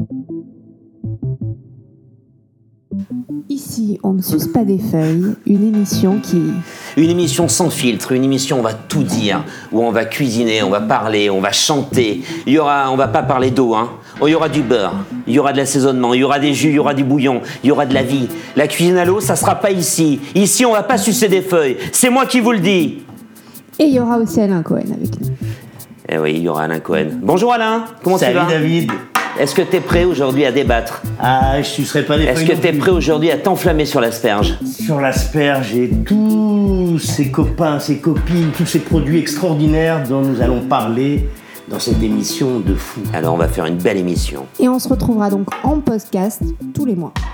Ici, on ne suce pas des feuilles, une émission Une émission sans filtre, une émission où on va tout dire, où on va cuisiner, on va parler, on va chanter. On va pas parler d'eau, hein. Oh, il y aura du beurre, il y aura de l'assaisonnement, il y aura des jus, il y aura du bouillon, il y aura de la vie. La cuisine à l'eau, ça sera pas ici. Ici, on va pas sucer des feuilles. C'est moi qui vous le dis. Et il y aura aussi Alain Cohen avec nous. Eh oui, il y aura Alain Cohen. Bonjour Alain, comment tu vas ? Salut David. Est-ce que t'es prêt aujourd'hui à débattre ? Ah, je ne serais pas des feuilles. Est-ce que t'es prêt aujourd'hui à t'enflammer sur l'asperge ? Sur l'asperge et tous ces copains, ces copines, tous ces produits extraordinaires dont nous allons parler dans cette émission de fou. Alors on va faire une belle émission. Et on se retrouvera donc en podcast tous les mois.